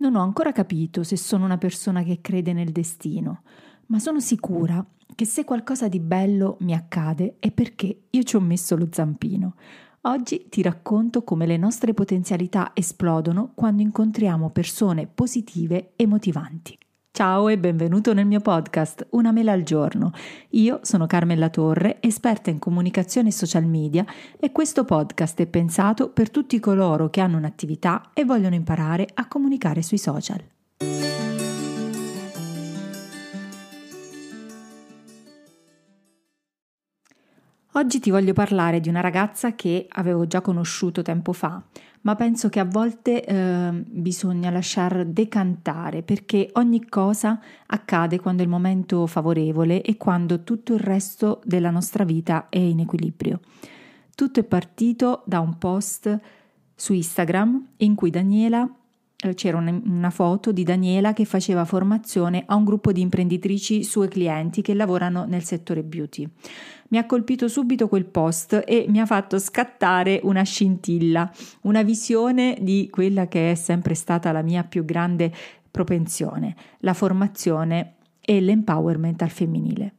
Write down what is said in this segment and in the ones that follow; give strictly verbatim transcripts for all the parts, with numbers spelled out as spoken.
Non ho ancora capito se sono una persona che crede nel destino, ma sono sicura che se qualcosa di bello mi accade è perché io ci ho messo lo zampino. Oggi ti racconto come le nostre potenzialità esplodono quando incontriamo persone positive e motivanti. Ciao e benvenuto nel mio podcast Una mela al giorno. Io sono Carmela Torre, esperta in comunicazione e social media, e questo podcast è pensato per tutti coloro che hanno un'attività e vogliono imparare a comunicare sui social. Oggi ti voglio parlare di una ragazza che avevo già conosciuto tempo fa, ma penso che a volte eh, bisogna lasciar decantare, perché ogni cosa accade quando è il momento favorevole e quando tutto il resto della nostra vita è in equilibrio. Tutto è partito da un post su Instagram in cui Daniela c'era una foto di Daniela che faceva formazione a un gruppo di imprenditrici sue clienti che lavorano nel settore beauty. Mi ha colpito subito quel post e mi ha fatto scattare una scintilla, una visione di quella che è sempre stata la mia più grande propensione, la formazione e l'empowerment al femminile.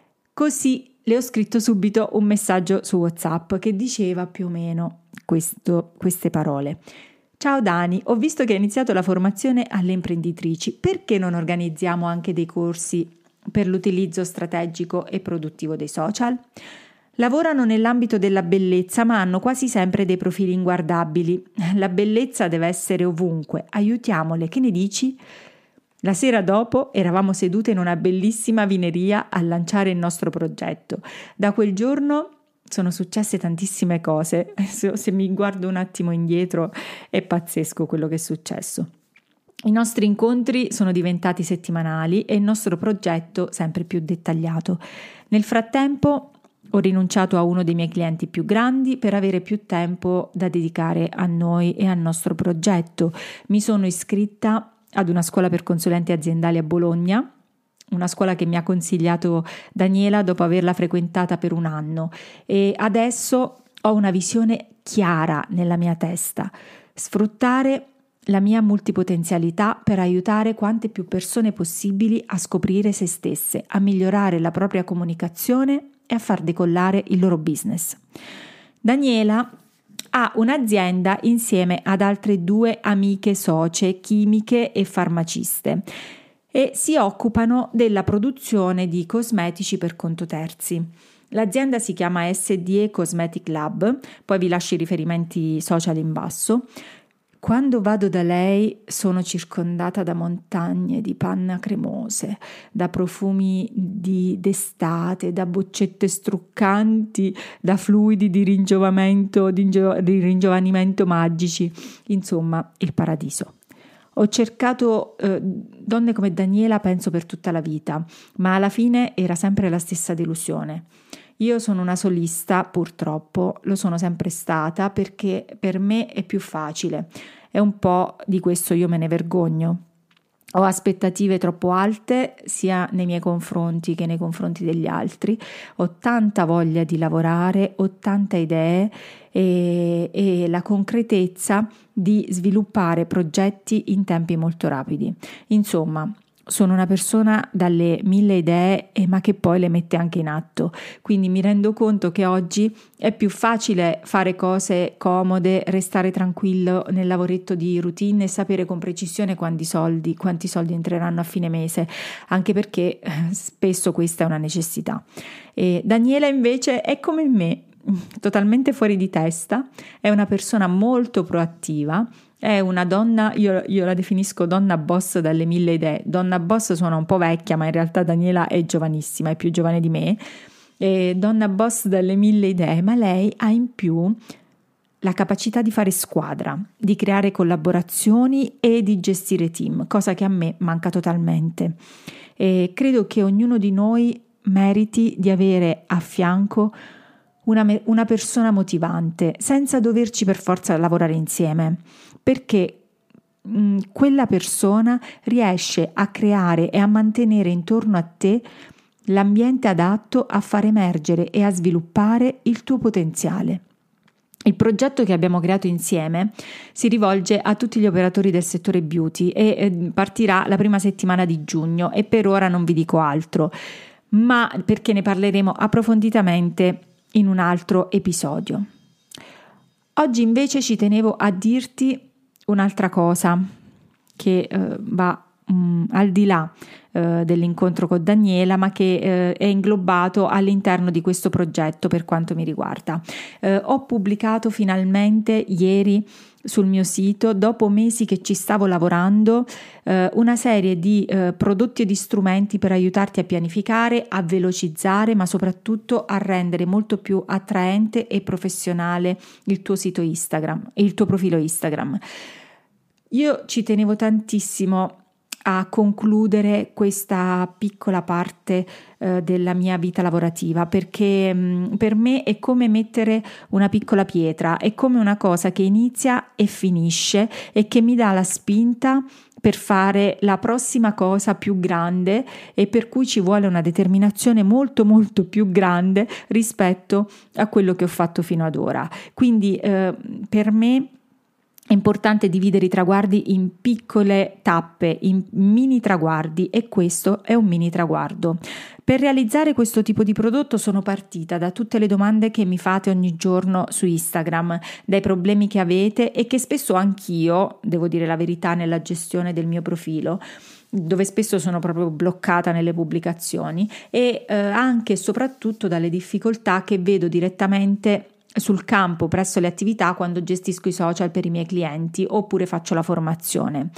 Così le ho scritto subito un messaggio su WhatsApp che diceva più o meno questo, queste parole. Ciao Dani, ho visto che hai iniziato la formazione alle imprenditrici, perché non organizziamo anche dei corsi per l'utilizzo strategico e produttivo dei social? Lavorano nell'ambito della bellezza, ma hanno quasi sempre dei profili inguardabili. La bellezza deve essere ovunque, aiutiamole, che ne dici? La sera dopo eravamo sedute in una bellissima vineria a lanciare il nostro progetto. Da quel giorno sono successe tantissime cose, se, se mi guardo un attimo indietro è pazzesco quello che è successo. I nostri incontri sono diventati settimanali e il nostro progetto sempre più dettagliato. Nel frattempo ho rinunciato a uno dei miei clienti più grandi per avere più tempo da dedicare a noi e al nostro progetto. Mi sono iscritta ad una scuola per consulenti aziendali a Bologna, una scuola che mi ha consigliato Daniela dopo averla frequentata per un anno, e adesso ho una visione chiara nella mia testa: sfruttare la mia multipotenzialità per aiutare quante più persone possibili a scoprire se stesse, a migliorare la propria comunicazione e a far decollare il loro business. Daniela ha un'azienda insieme ad altre due amiche socie, chimiche e farmaciste, e si occupano della produzione di cosmetici per conto terzi. L'azienda si chiama S D E Cosmetic Lab, poi vi lascio i riferimenti social in basso. Quando vado da lei sono circondata da montagne di panna cremose, da profumi di d'estate, da boccette struccanti, da fluidi di ringiovanimento, di, di ringiovanimento magici, insomma il paradiso. Ho cercato eh, donne come Daniela, penso, per tutta la vita, ma alla fine era sempre la stessa delusione. Io sono una solista, purtroppo, lo sono sempre stata, perché per me è più facile, e un po' di questo io me ne vergogno. Ho aspettative troppo alte sia nei miei confronti che nei confronti degli altri, ho tanta voglia di lavorare, ho tante idee e, e la concretezza di sviluppare progetti in tempi molto rapidi. Insomma, sono una persona dalle mille idee e ma che poi le mette anche in atto, quindi mi rendo conto che oggi è più facile fare cose comode, restare tranquillo nel lavoretto di routine e sapere con precisione quanti soldi, quanti soldi entreranno a fine mese, anche perché eh, spesso questa è una necessità. E Daniela invece è come me, totalmente fuori di testa, è una persona molto proattiva. È una donna, io, io la definisco donna boss dalle mille idee. Donna boss suona un po' vecchia, ma in realtà Daniela è giovanissima, è più giovane di me. E donna boss dalle mille idee, ma lei ha in più la capacità di fare squadra, di creare collaborazioni e di gestire team, cosa che a me manca totalmente. E credo che ognuno di noi meriti di avere a fianco Una, una persona motivante, senza doverci per forza lavorare insieme, perché mh, quella persona riesce a creare e a mantenere intorno a te l'ambiente adatto a far emergere e a sviluppare il tuo potenziale. Il progetto che abbiamo creato insieme si rivolge a tutti gli operatori del settore beauty e partirà la prima settimana di giugno, e per ora non vi dico altro, ma perché ne parleremo approfonditamente in un altro episodio. Oggi invece ci tenevo a dirti un'altra cosa che eh, va mh, al di là eh, dell'incontro con Daniela, ma che eh, è inglobato all'interno di questo progetto per quanto mi riguarda. Eh, ho pubblicato finalmente ieri sul mio sito, dopo mesi che ci stavo lavorando, eh, una serie di eh, prodotti e di strumenti per aiutarti a pianificare, a velocizzare, ma soprattutto a rendere molto più attraente e professionale il tuo sito Instagram, il tuo profilo Instagram. Io ci tenevo tantissimo a concludere questa piccola parte eh, della mia vita lavorativa, perché mh, per me è come mettere una piccola pietra, è come una cosa che inizia e finisce e che mi dà la spinta per fare la prossima cosa più grande, e per cui ci vuole una determinazione molto molto più grande rispetto a quello che ho fatto fino ad ora. Quindi eh, per me è importante dividere i traguardi in piccole tappe, in mini traguardi, e questo è un mini traguardo. Per realizzare questo tipo di prodotto sono partita da tutte le domande che mi fate ogni giorno su Instagram, dai problemi che avete e che spesso anch'io, devo dire la verità, nella gestione del mio profilo, dove spesso sono proprio bloccata nelle pubblicazioni, e eh, anche e soprattutto dalle difficoltà che vedo direttamente sul campo presso le attività quando gestisco i social per i miei clienti oppure faccio la formazione.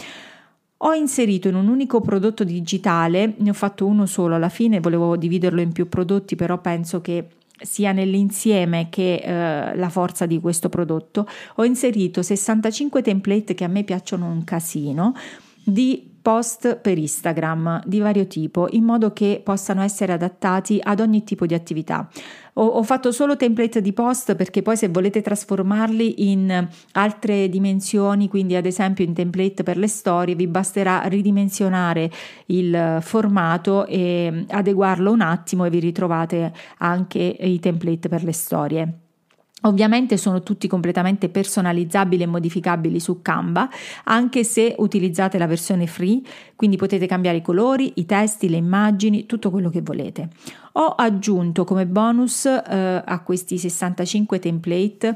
Ho inserito in un unico prodotto digitale, ne ho fatto uno solo alla fine, volevo dividerlo in più prodotti, però penso che sia nell'insieme che eh, la forza di questo prodotto. Ho inserito sessantacinque template che a me piacciono un casino, di post per Instagram di vario tipo, in modo che possano essere adattati ad ogni tipo di attività. Ho, ho fatto solo template di post perché poi se volete trasformarli in altre dimensioni, quindi ad esempio in template per le storie, vi basterà ridimensionare il formato e adeguarlo un attimo e vi ritrovate anche i template per le storie. Ovviamente sono tutti completamente personalizzabili e modificabili su Canva, anche se utilizzate la versione free, quindi potete cambiare i colori, i testi, le immagini, tutto quello che volete. Ho aggiunto come bonus eh, a questi sessantacinque template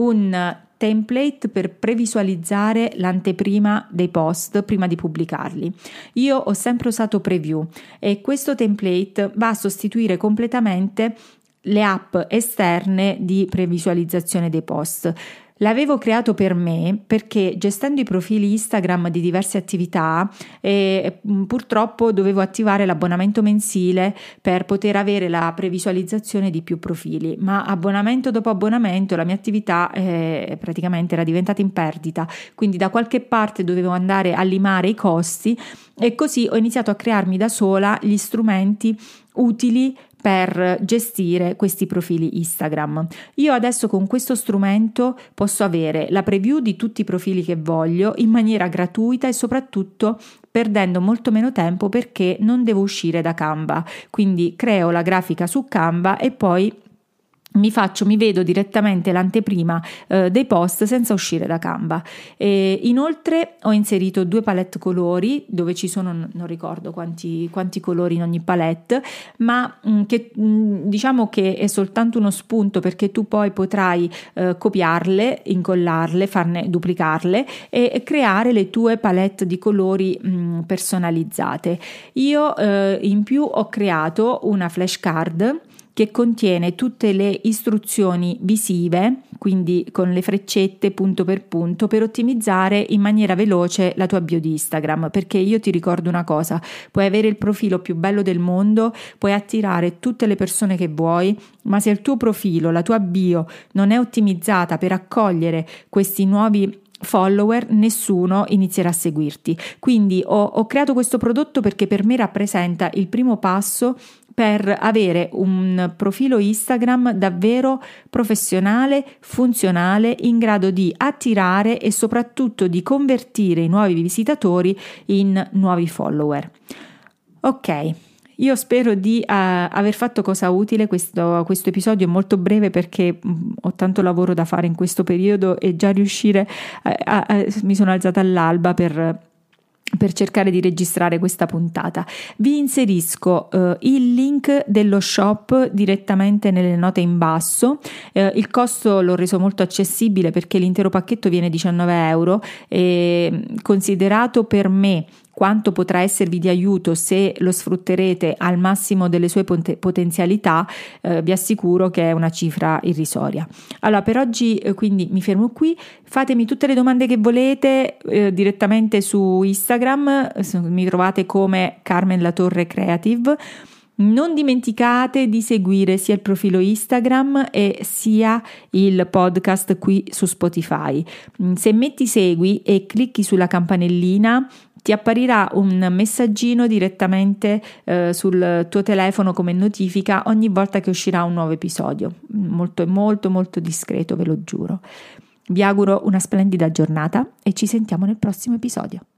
un template per previsualizzare l'anteprima dei post prima di pubblicarli. Io ho sempre usato Preview e questo template va a sostituire completamente le app esterne di previsualizzazione dei post. L'avevo creato per me perché gestendo i profili Instagram di diverse attività eh, purtroppo dovevo attivare l'abbonamento mensile per poter avere la previsualizzazione di più profili, ma abbonamento dopo abbonamento la mia attività eh, praticamente era diventata in perdita, quindi da qualche parte dovevo andare a limare i costi, e così ho iniziato a crearmi da sola gli strumenti utili per gestire questi profili Instagram. Io adesso con questo strumento posso avere la preview di tutti i profili che voglio in maniera gratuita e soprattutto perdendo molto meno tempo perché non devo uscire da Canva. Quindi creo la grafica su Canva e poi mi faccio, mi vedo direttamente l'anteprima eh, dei post senza uscire da Canva. E inoltre ho inserito due palette colori dove ci sono, non ricordo quanti, quanti colori in ogni palette, ma mh, che mh, diciamo che è soltanto uno spunto, perché tu poi potrai eh, copiarle, incollarle, farne duplicarle e, e creare le tue palette di colori mh, personalizzate. Io eh, in più ho creato una flashcard che contiene tutte le istruzioni visive, quindi con le freccette punto per punto, per ottimizzare in maniera veloce la tua bio di Instagram, perché io ti ricordo una cosa: puoi avere il profilo più bello del mondo, puoi attirare tutte le persone che vuoi, ma se il tuo profilo, la tua bio non è ottimizzata per accogliere questi nuovi follower, nessuno inizierà a seguirti. Quindi ho, ho creato questo prodotto perché per me rappresenta il primo passo per avere un profilo Instagram davvero professionale, funzionale, in grado di attirare e soprattutto di convertire i nuovi visitatori in nuovi follower. Ok, io spero di uh, aver fatto cosa utile. Questo, questo episodio è molto breve perché mh, ho tanto lavoro da fare in questo periodo e già riuscire a, a, a, mi sono alzata all'alba per per cercare di registrare questa puntata. Vi inserisco uh, il link dello shop direttamente nelle note in basso. Uh, il costo l'ho reso molto accessibile perché l'intero pacchetto viene diciannove euro e considerato per me quanto potrà esservi di aiuto se lo sfrutterete al massimo delle sue pot- potenzialità, eh, vi assicuro che è una cifra irrisoria. Allora, per oggi eh, quindi mi fermo qui. Fatemi tutte le domande che volete eh, direttamente su Instagram, mi trovate come Carmen Latorre Creative. Non dimenticate di seguire sia il profilo Instagram e sia il podcast qui su Spotify. Se metti segui e clicchi sulla campanellina, ti apparirà un messaggino direttamente eh, sul tuo telefono come notifica ogni volta che uscirà un nuovo episodio. Molto, molto, molto discreto, ve lo giuro. Vi auguro una splendida giornata e ci sentiamo nel prossimo episodio.